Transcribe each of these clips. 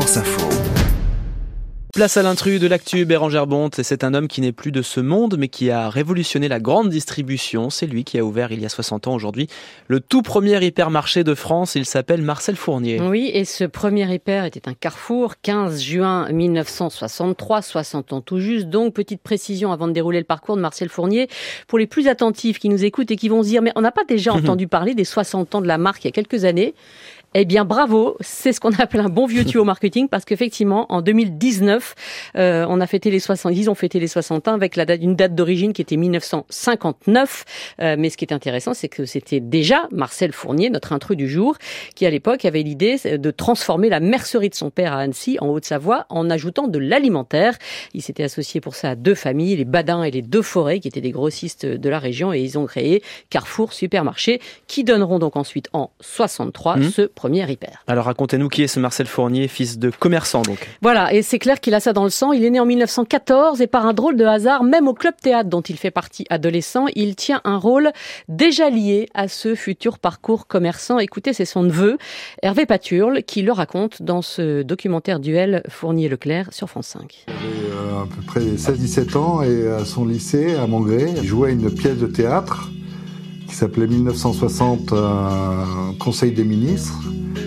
France Info. Place à l'intrus de l'actu, Bérengère Bonte. C'est un homme qui n'est plus de ce monde, mais qui a révolutionné la grande distribution. C'est lui qui a ouvert il y a 60 ans aujourd'hui le tout premier hypermarché de France. Il s'appelle Marcel Fournier. Oui, et ce premier hyper était un Carrefour, 15 juin 1963, 60 ans tout juste. Donc, petite précision avant de dérouler le parcours de Marcel Fournier. Pour les plus attentifs qui nous écoutent et qui vont se dire, mais on n'a pas déjà entendu parler des 60 ans de la marque il y a quelques années? Eh bien, bravo, c'est ce qu'on appelle un bon vieux tuyau marketing, parce qu'effectivement, en 2019, on a fêté les 60, ils ont fêté les 60 ans avec une date d'origine qui était 1959. Mais ce qui est intéressant, c'est que c'était déjà Marcel Fournier, notre intrus du jour, qui à l'époque avait l'idée de transformer la mercerie de son père à Annecy, en Haute-Savoie, en ajoutant de l'alimentaire. Il s'était associé pour ça à deux familles, les Badin et les Deux Forêts, qui étaient des grossistes de la région, et ils ont créé Carrefour Supermarché, qui donneront donc ensuite en 63 ce premier hyper. Alors racontez-nous qui est ce Marcel Fournier, fils de commerçant donc. Voilà, et c'est clair qu'il a ça dans le sang. Il est né en 1914 et par un drôle de hasard, même au Club Théâtre dont il fait partie adolescent, il tient un rôle déjà lié à ce futur parcours commerçant. Écoutez, c'est son neveu, Hervé Paturle, qui le raconte dans ce documentaire duel Fournier-Leclerc sur France 5. Il avait à peu près 16-17 ans et à son lycée, à Montgré, il jouait une pièce de théâtre qui s'appelait 1960 Conseil des ministres.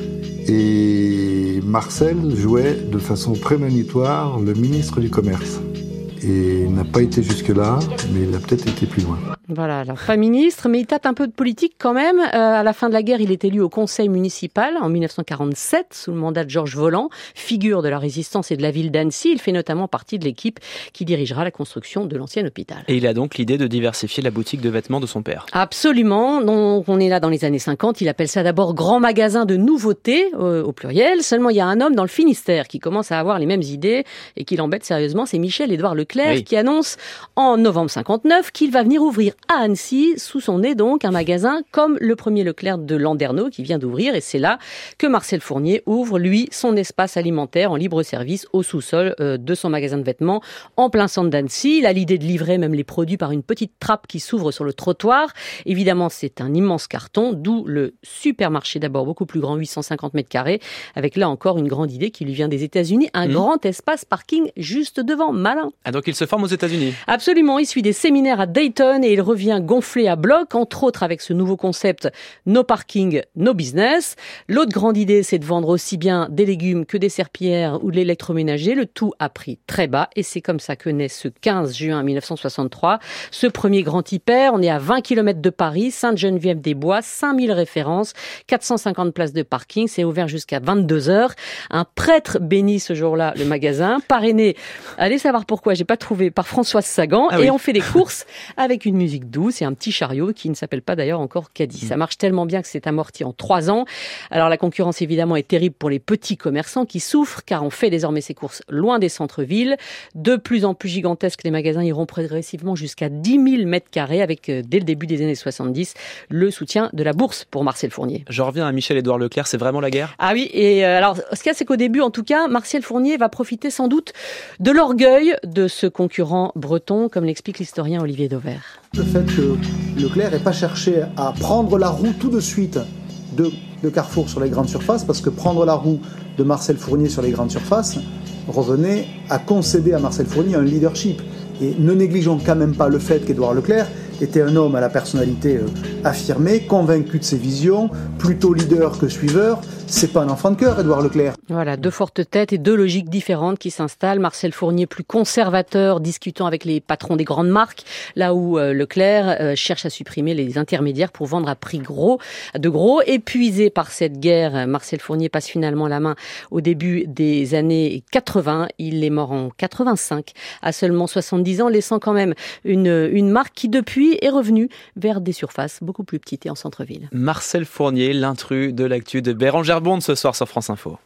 Et Marcel jouait de façon prémonitoire le ministre du Commerce. Et il n'a pas été jusque-là, mais il a peut-être été plus loin. Voilà, alors pas ministre, mais il tâte un peu de politique quand même. À la fin de la guerre, il est élu au conseil municipal en 1947, sous le mandat de Georges Voland, figure de la résistance et de la ville d'Annecy. Il fait notamment partie de l'équipe qui dirigera la construction de l'ancien hôpital. Et il a donc l'idée de diversifier la boutique de vêtements de son père. Absolument, donc on est là dans les années 50, il appelle ça d'abord grand magasin de nouveautés, au pluriel. Seulement, il y a un homme dans le Finistère qui commence à avoir les mêmes idées et qui l'embête sérieusement, c'est Michel-Édouard Leclerc, qui annonce en novembre 59 qu'il va venir ouvrir à Annecy, sous son nez donc, un magasin comme le premier Leclerc de Landerneau qui vient d'ouvrir. Et c'est là que Marcel Fournier ouvre, lui, son espace alimentaire en libre service au sous-sol de son magasin de vêtements en plein centre d'Annecy. Il a l'idée de livrer même les produits par une petite trappe qui s'ouvre sur le trottoir. Évidemment, c'est un immense carton, d'où le supermarché d'abord beaucoup plus grand, 850 mètres carrés, avec là encore une grande idée qui lui vient des États-Unis, un grand espace parking juste devant. Malin. Ah, donc il se forme aux États-Unis. Absolument, il suit des séminaires à Dayton et il revient gonflé à bloc, entre autres avec ce nouveau concept no parking, no business. L'autre grande idée, c'est de vendre aussi bien des légumes que des serpillères ou de l'électroménager, le tout à prix très bas. Et c'est comme ça que naît ce 15 juin 1963, ce premier grand hyper. On est à 20 km de Paris, Sainte-Geneviève-des-Bois, 5000 références, 450 places de parking, c'est ouvert jusqu'à 22h. Un prêtre bénit ce jour-là le magasin, parrainé, allez savoir pourquoi, j'ai pas trouvé, par Françoise Sagan. Et on fait les courses avec une musique douce et un petit chariot qui ne s'appelle pas d'ailleurs encore Caddy. Ça marche tellement bien que c'est amorti en 3 ans. Alors la concurrence évidemment est terrible pour les petits commerçants qui souffrent car on fait désormais ses courses loin des centres-villes. De plus en plus gigantesques, les magasins iront progressivement jusqu'à 10 000 mètres carrés avec dès le début des années 70 le soutien de la bourse pour Marcel Fournier. Je reviens à Michel-Édouard Leclerc, c'est vraiment la guerre? Ah oui, et alors ce qu'il y a, c'est qu'au début en tout cas, Marcel Fournier va profiter sans doute de l'orgueil de ce concurrent breton, comme l'explique l'historien Olivier Dauvert. Le fait que Leclerc n'ait pas cherché à prendre la roue tout de suite de Carrefour sur les grandes surfaces, parce que prendre la roue de Marcel Fournier sur les grandes surfaces revenait à concéder à Marcel Fournier un leadership. Et ne négligeons quand même pas le fait qu'Édouard Leclerc était un homme à la personnalité affirmée, convaincu de ses visions, plutôt leader que suiveur. C'est pas un enfant de cœur, Édouard Leclerc. Voilà, deux fortes têtes et deux logiques différentes qui s'installent. Marcel Fournier plus conservateur, discutant avec les patrons des grandes marques, là où Leclerc cherche à supprimer les intermédiaires pour vendre à prix de gros. Épuisé par cette guerre, Marcel Fournier passe finalement la main au début des années 80. Il est mort en 85, à seulement 70 ans, laissant quand même une marque qui depuis est revenue vers des surfaces beaucoup plus petites et en centre-ville. Marcel Fournier, l'intrus de l'actu de Bérengère Bonte ce soir sur France Info.